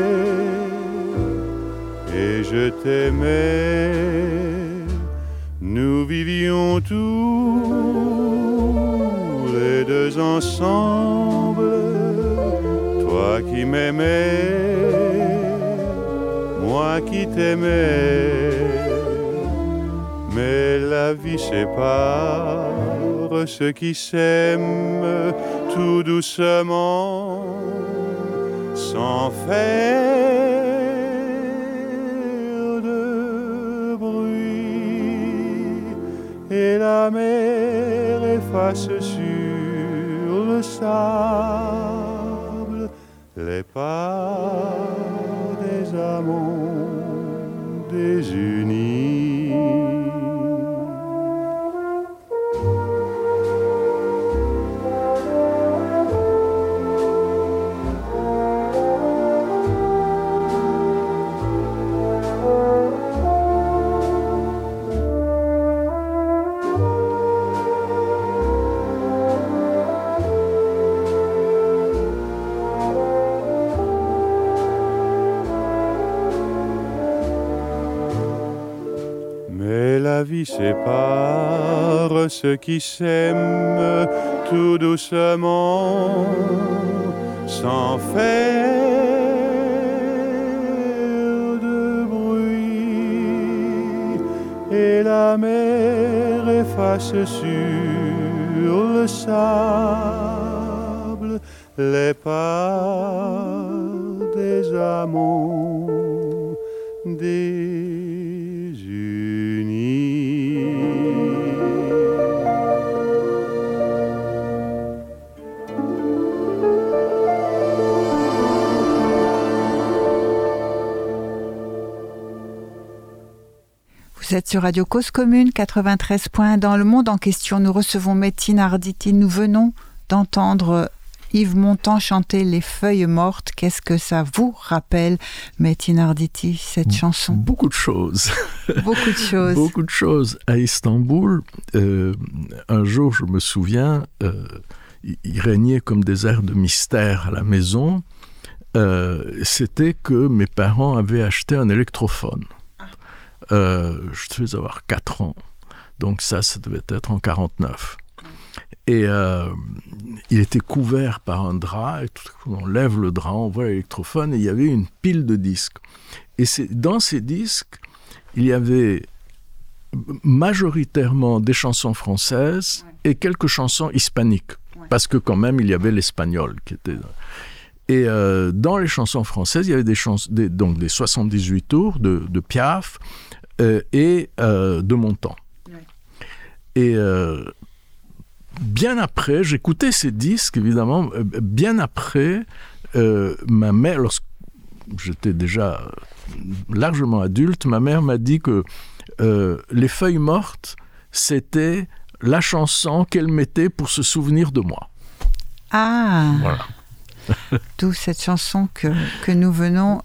et je t'aimais. Nous vivions tous les deux ensemble. Toi qui m'aimais, moi qui t'aimais. Mais la vie sépare ceux qui s'aiment tout doucement, sans faire de bruit. Et la mer efface sur le sable les pas des amants désunis. La vie sépare ceux qui s'aiment tout doucement, sans faire de bruit. Et la mer efface sur le sable les pas des amants désunis. Vous êtes sur Radio Cause Commune 93.1. Dans le monde en question, nous recevons Metin Arditi. Nous venons d'entendre Yves Montand chanter Les Feuilles Mortes. Qu'est-ce que ça vous rappelle, Metin Arditi, cette chanson? Beaucoup de choses. Beaucoup de choses. Beaucoup de choses. À Istanbul, un jour, je me souviens, il régnait comme des airs de mystère à la maison. C'était que mes parents avaient acheté un électrophone. Je devais avoir 4 ans. Donc ça devait être en 49. Et il était couvert par un drap, et tout à coup on lève le drap, on voit l'électrophone, et il y avait une pile de disques. Et dans ces disques, il y avait majoritairement des chansons françaises et quelques chansons hispaniques, parce que quand même il y avait l'espagnol qui était... Et dans les chansons françaises, il y avait donc des 78 tours de Piaf et de Montand. Et bien après, j'écoutais ces disques, évidemment, bien après, ma mère, lorsque j'étais déjà largement adulte, ma mère m'a dit que Les Feuilles Mortes, c'était la chanson qu'elle mettait pour se souvenir de moi. Ah, voilà. D'où cette chanson que nous venons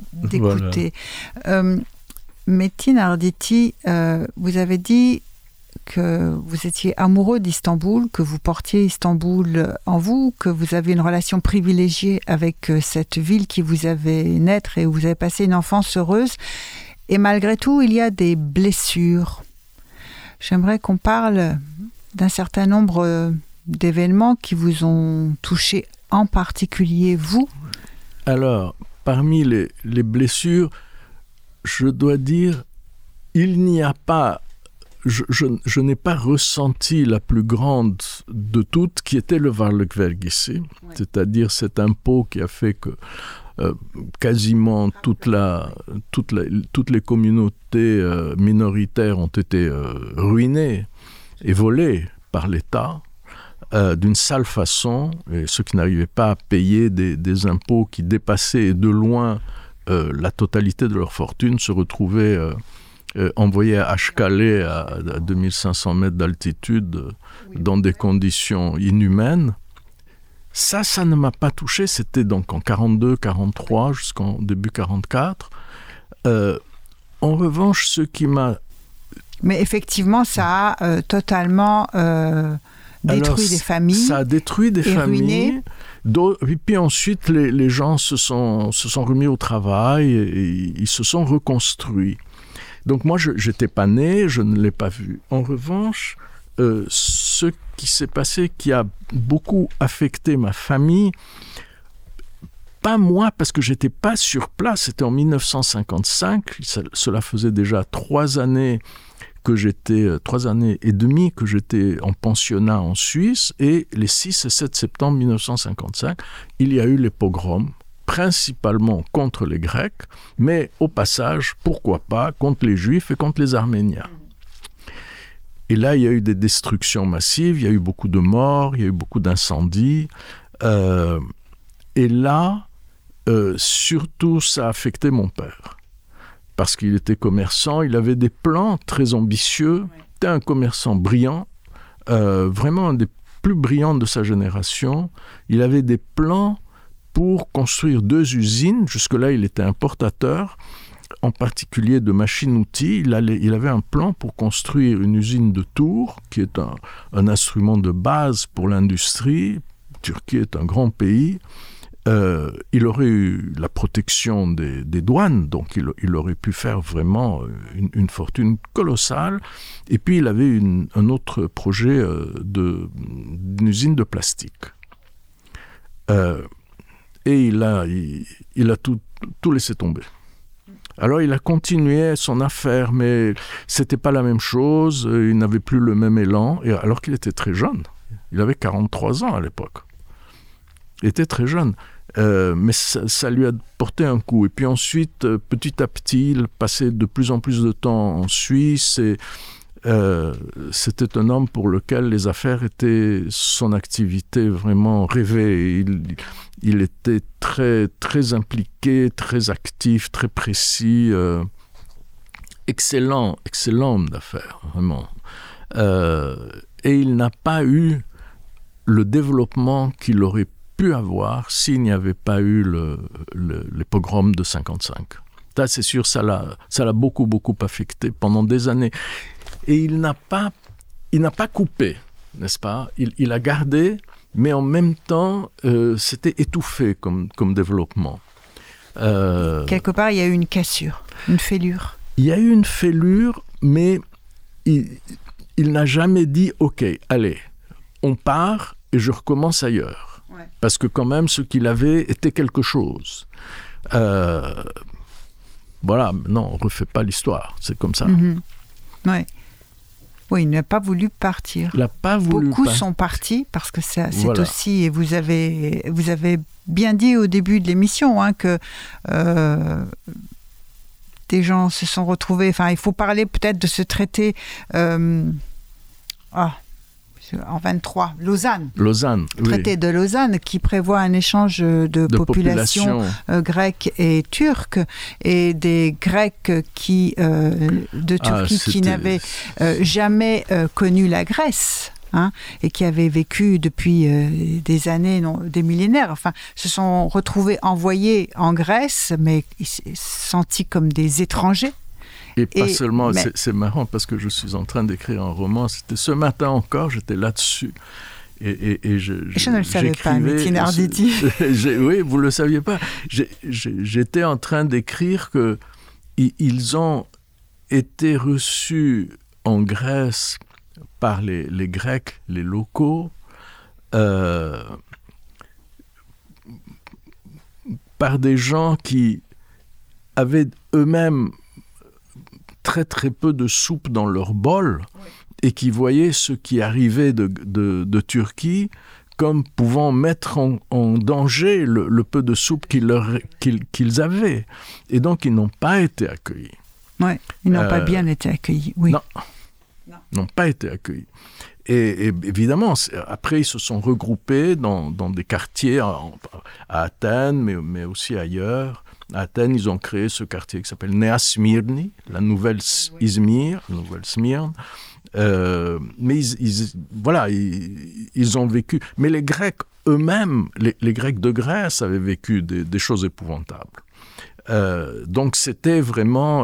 d'écouter. Voilà. Metin Arditi, vous avez dit que vous étiez amoureux d'Istanbul, que vous portiez Istanbul en vous, que vous avez une relation privilégiée avec cette ville qui vous avait naître et où vous avez passé une enfance heureuse. Et malgré tout, il y a des blessures. J'aimerais qu'on parle d'un certain nombre d'événements qui vous ont touché, en particulier vous. Alors, parmi les blessures, je dois dire, il n'y a pas... Je n'ai pas ressenti la plus grande de toutes, qui était le varlıkvergisi, c'est-à-dire cet impôt qui a fait que quasiment toutes les communautés minoritaires ont été ruinées et volées par l'État d'une sale façon, et ceux qui n'arrivaient pas à payer des impôts qui dépassaient de loin la totalité de leur fortune se retrouvaient envoyés à Ashkale à 2500 mètres d'altitude dans des conditions inhumaines. Ça ne m'a pas touché, c'était donc en 42, 43 jusqu'en début 44. En revanche, ce qui m'a... Mais effectivement, ça a totalement détruit des familles. Ça a détruit des familles. Et puis ensuite, les gens se sont remis au travail et ils se sont reconstruits. Donc moi, je n'étais pas né, je ne l'ai pas vu. En revanche, ce qui s'est passé, qui a beaucoup affecté ma famille, pas moi, parce que je n'étais pas sur place, c'était en 1955, cela faisait déjà 3 années et demie que j'étais en pensionnat en Suisse, et les 6 et 7 septembre 1955, il y a eu les pogroms, principalement contre les Grecs, mais au passage, pourquoi pas, contre les Juifs et contre les Arméniens. Et là, il y a eu des destructions massives, il y a eu beaucoup de morts, il y a eu beaucoup d'incendies. Et là, surtout, ça a affecté mon père. Parce qu'il était commerçant, il avait des plans très ambitieux. C'était un commerçant brillant, vraiment un des plus brillants de sa génération. Il avait des plans pour construire 2 usines. Jusque-là, il était importateur, en particulier de machines-outils. Il avait un plan pour construire une usine de Tours, qui est un instrument de base pour l'industrie. Turquie est un grand pays. Il aurait eu la protection des douanes, donc il aurait pu faire vraiment une fortune colossale. Et puis, il avait un autre projet d'une usine de plastique. Et il a tout laissé tomber. Alors il a continué son affaire, mais c'était pas la même chose, il n'avait plus le même élan, et alors qu'il était très jeune. Il avait 43 ans à l'époque. Il était très jeune, mais ça lui a porté un coup. Et puis ensuite, petit à petit, il passait de plus en plus de temps en Suisse, et c'était un homme pour lequel les affaires étaient son activité vraiment rêvée. Il était très, très impliqué, très actif, très précis. Excellent homme d'affaires, vraiment. Et il n'a pas eu le développement qu'il aurait pu avoir s'il n'y avait pas eu les pogroms de 55. Ça, c'est sûr, ça l'a beaucoup, beaucoup affecté pendant des années. Et il n'a pas coupé, n'est-ce pas ? Il a gardé, mais en même temps, c'était étouffé comme développement. Quelque part, il y a eu une cassure, une fêlure. Il y a eu une fêlure, mais il n'a jamais dit « Ok, allez, on part et je recommence ailleurs. Ouais. » Parce que quand même, ce qu'il avait était quelque chose. Voilà, non, on ne refait pas l'histoire, c'est comme ça. Mm-hmm. Ouais. Oui, il n'a pas voulu partir. Il n'a pas voulu Beaucoup sont partis parce que c'est voilà. Aussi, et vous avez bien dit au début de l'émission que des gens se sont retrouvés. Enfin, il faut parler peut-être de ce traité en 23, Lausanne. Traité de Lausanne qui prévoit un échange de population grecque et turque, et des Grecs de Turquie qui n'avaient jamais connu la Grèce. Et qui avaient vécu depuis des années, non, des millénaires, se sont retrouvés envoyés en Grèce, mais sentis comme des étrangers. Et pas seulement, c'est marrant parce que je suis en train d'écrire un roman. C'était ce matin encore, j'étais là-dessus. Et je ne le savais pas, Metin Arditi. Oui, vous ne le saviez pas. J'étais en train d'écrire qu'ils ont été reçus en Grèce par les Grecs, les locaux, par des gens qui avaient eux-mêmes très très peu de soupe dans leur bol, et qui voyaient ce qui arrivait de Turquie comme pouvant mettre en danger le peu de soupe qu'ils avaient. Et donc, ils n'ont pas été accueillis. Oui, ils n'ont pas bien été accueillis, oui. Non, n'ont pas été accueillis. Et évidemment, après, ils se sont regroupés dans des quartiers à Athènes, mais aussi ailleurs. À Athènes, ils ont créé ce quartier qui s'appelle Nea Smyrni, la nouvelle Izmir, la nouvelle Smyrne. Mais ils ont vécu. Mais les Grecs eux-mêmes, les Grecs de Grèce avaient vécu des choses épouvantables. Donc c'était vraiment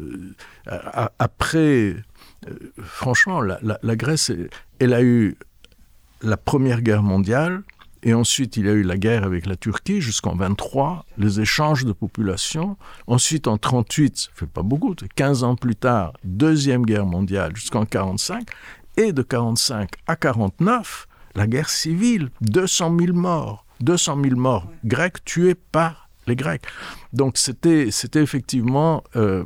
après. Franchement, la Grèce, elle a eu la Première Guerre mondiale. Et ensuite, il y a eu la guerre avec la Turquie jusqu'en 1923, les échanges de population. Ensuite, en 1938, ça ne fait pas beaucoup, 15 ans plus tard, Deuxième Guerre mondiale jusqu'en 1945. Et de 1945 à 1949, la guerre civile, 200 000 morts grecs tués par les Grecs. Donc, c'était effectivement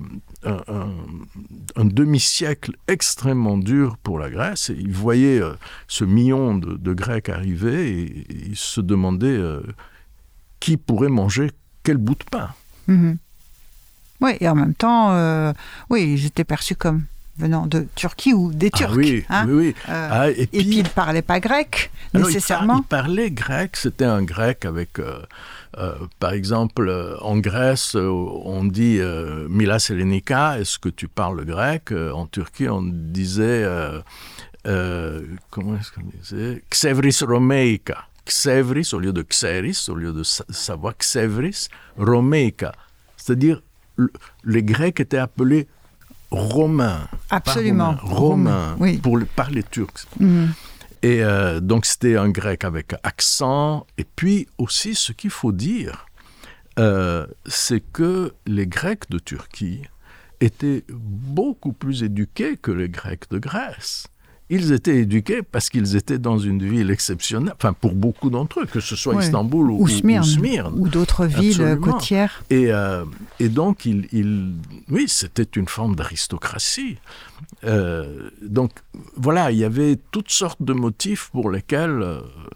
un demi-siècle extrêmement dur pour la Grèce. Et ils voyaient ce million de Grecs arriver et ils se demandaient qui pourrait manger quel bout de pain. Mm-hmm. Oui, et en même temps, ils étaient perçus comme venant de Turquie ou des Turcs. Oui. Et puis ils ne parlaient pas grec, nécessairement. Ils parlaient grec, c'était un grec avec... par exemple, en Grèce, on dit « Milas Hellenika », est-ce que tu parles grec ? En Turquie, on disait comment est-ce qu'on disait ? « Xevris Romeika ». Xevris, au lieu de Xeris, au lieu de savoir Xevris, Romeika. C'est-à-dire, les Grecs étaient appelés Romains. Absolument. Romains, oui. par les Turcs. Mmh. Et donc, c'était un grec avec accent. Et puis aussi, ce qu'il faut dire, c'est que les Grecs de Turquie étaient beaucoup plus éduqués que les Grecs de Grèce. Ils étaient éduqués parce qu'ils étaient dans une ville exceptionnelle, enfin pour beaucoup d'entre eux, que ce soit Istanbul ou Smyrne. Ou d'autres villes côtières. Et donc, oui, c'était une forme d'aristocratie. Donc, voilà, il y avait toutes sortes de motifs pour lesquels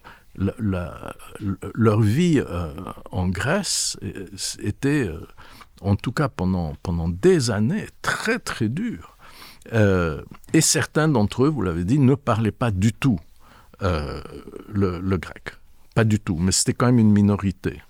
leur vie en Grèce était, en tout cas pendant des années, très, très dure. Et certains d'entre eux, vous l'avez dit, ne parlaient pas du tout le grec. Pas du tout, mais c'était quand même une minorité.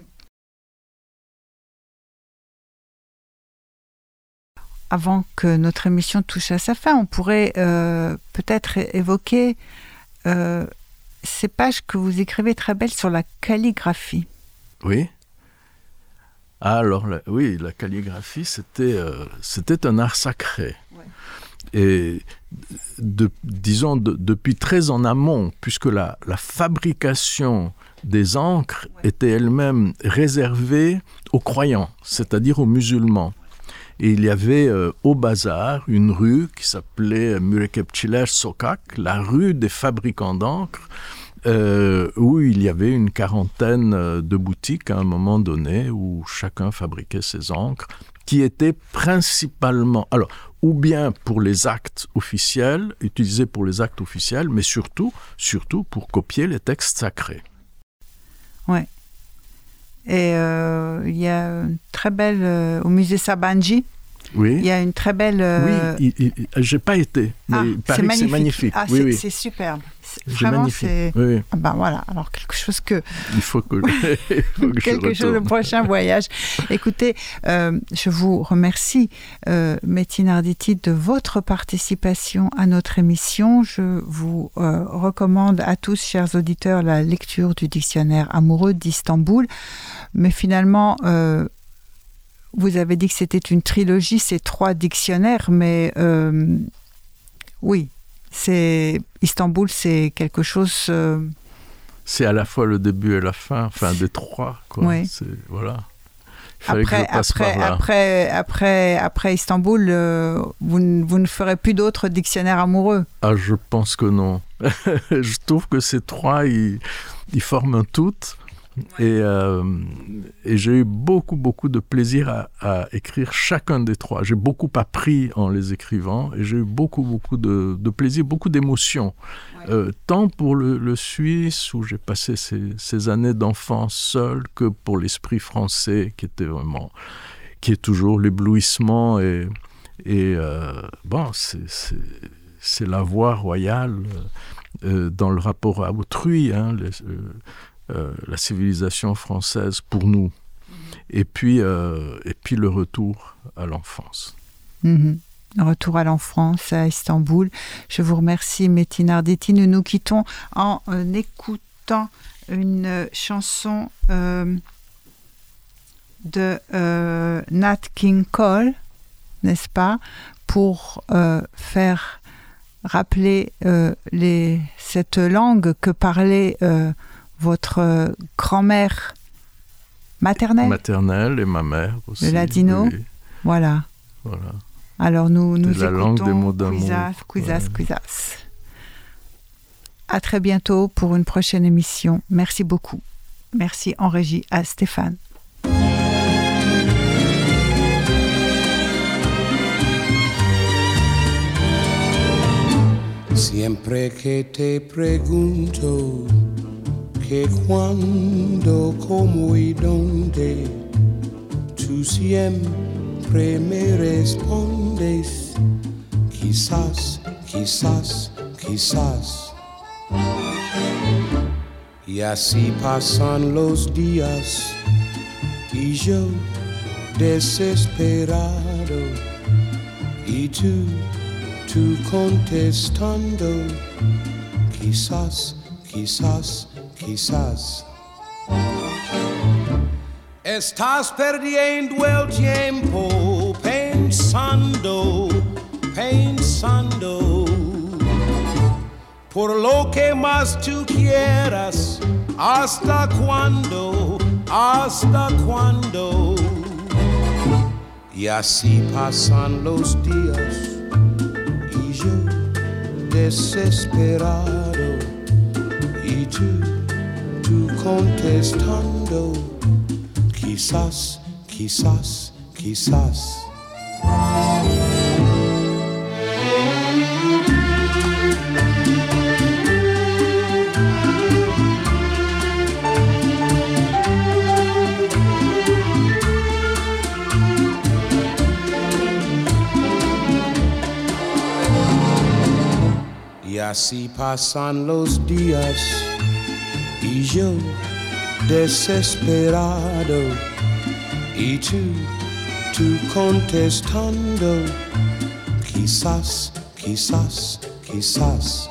Avant que notre émission touche à sa fin, on pourrait peut-être évoquer ces pages que vous écrivez très belles sur la calligraphie. Oui. Alors, la calligraphie, c'était un art sacré. Ouais. Et disons, depuis très en amont, puisque la fabrication des encres était elle-même réservée aux croyants, c'est-à-dire aux musulmans. Et il y avait au bazar une rue qui s'appelait Mürekkepçiler Sokak, la rue des fabricants d'encre, où il y avait une quarantaine de boutiques à un moment donné où chacun fabriquait ses encres, qui étaient principalement, alors, ou bien pour les actes officiels, utilisés pour les actes officiels, mais surtout pour copier les textes sacrés. Oui. Et il y a une très belle, au musée Sabanji, oui. Il y a une très belle... Oui, j'ai pas été, mais il paraît que c'est magnifique. Ah, oui. c'est superbe. Vraiment, magnifique. C'est... Oui. Ah ben voilà, alors quelque chose que... Il faut que quelque chose, le prochain voyage. Écoutez, je vous remercie, Metin Arditi, de votre participation à notre émission. Je vous recommande à tous, chers auditeurs, la lecture du dictionnaire amoureux d'Istanbul. Mais finalement... vous avez dit que c'était une trilogie, c'est 3 dictionnaires, mais oui, Istanbul, c'est quelque chose... C'est à la fois le début et la fin, des 3, quoi. Oui. Voilà. Il fallait que je passe par là. Après Istanbul, vous ne ferez plus d'autres dictionnaires amoureux. Ah, je pense que non. Je trouve que ces 3, ils forment un tout. Et j'ai eu beaucoup de plaisir à écrire chacun des 3. J'ai beaucoup appris en les écrivant et j'ai eu beaucoup de plaisir, beaucoup d'émotions. Tant pour le Suisse, où j'ai passé ces années d'enfance seul, que pour l'esprit français, qui est toujours l'éblouissement. C'est la voie royale dans le rapport à autrui, hein, la civilisation française pour nous. Et puis le retour à l'enfance. Mm-hmm. Retour à l'enfance à Istanbul. Je vous remercie, Metin Arditi. Nous nous quittons en écoutant une chanson de Nat King Cole, n'est-ce pas, pour faire rappeler cette langue que parlait votre grand-mère maternelle. Maternelle et ma mère aussi. Le ladino. Oui. Voilà. Alors nous écoutons la langue des mots d'amour. Quizas. À très bientôt pour une prochaine émission. Merci beaucoup. Merci en régie à Stéphane. Siempre que te pregunto que cuándo, cómo y dónde, tú siempre me respondes, quizás, quizás, quizás. Y así pasan los días y yo desesperado y tú contestando, quizás, quizás, quizás. Estás perdiendo el tiempo pensando, pensando, por lo que más tú quieras, hasta cuándo, hasta cuándo. Y así pasan los días y yo desesperado y tú contestando, quizás, quizás, quizás. Y así pasan los días y yo desesperado y tú contestando, quizás, quizás, quizás.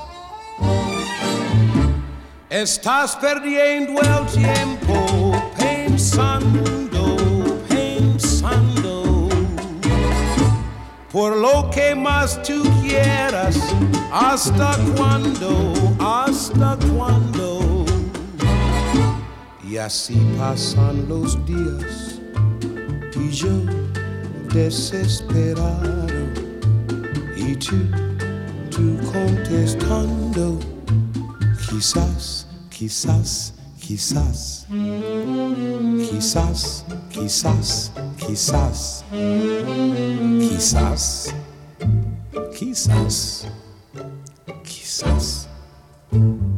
Estás perdiendo el tiempo pensando, pensando, por lo que más tú quieras, hasta cuándo, hasta cuándo. Y así pasan los días y yo desesperado y tú contestando, quizás, quizás, quizás, quizás, quizás, quizás, quizás, quizás, quizás.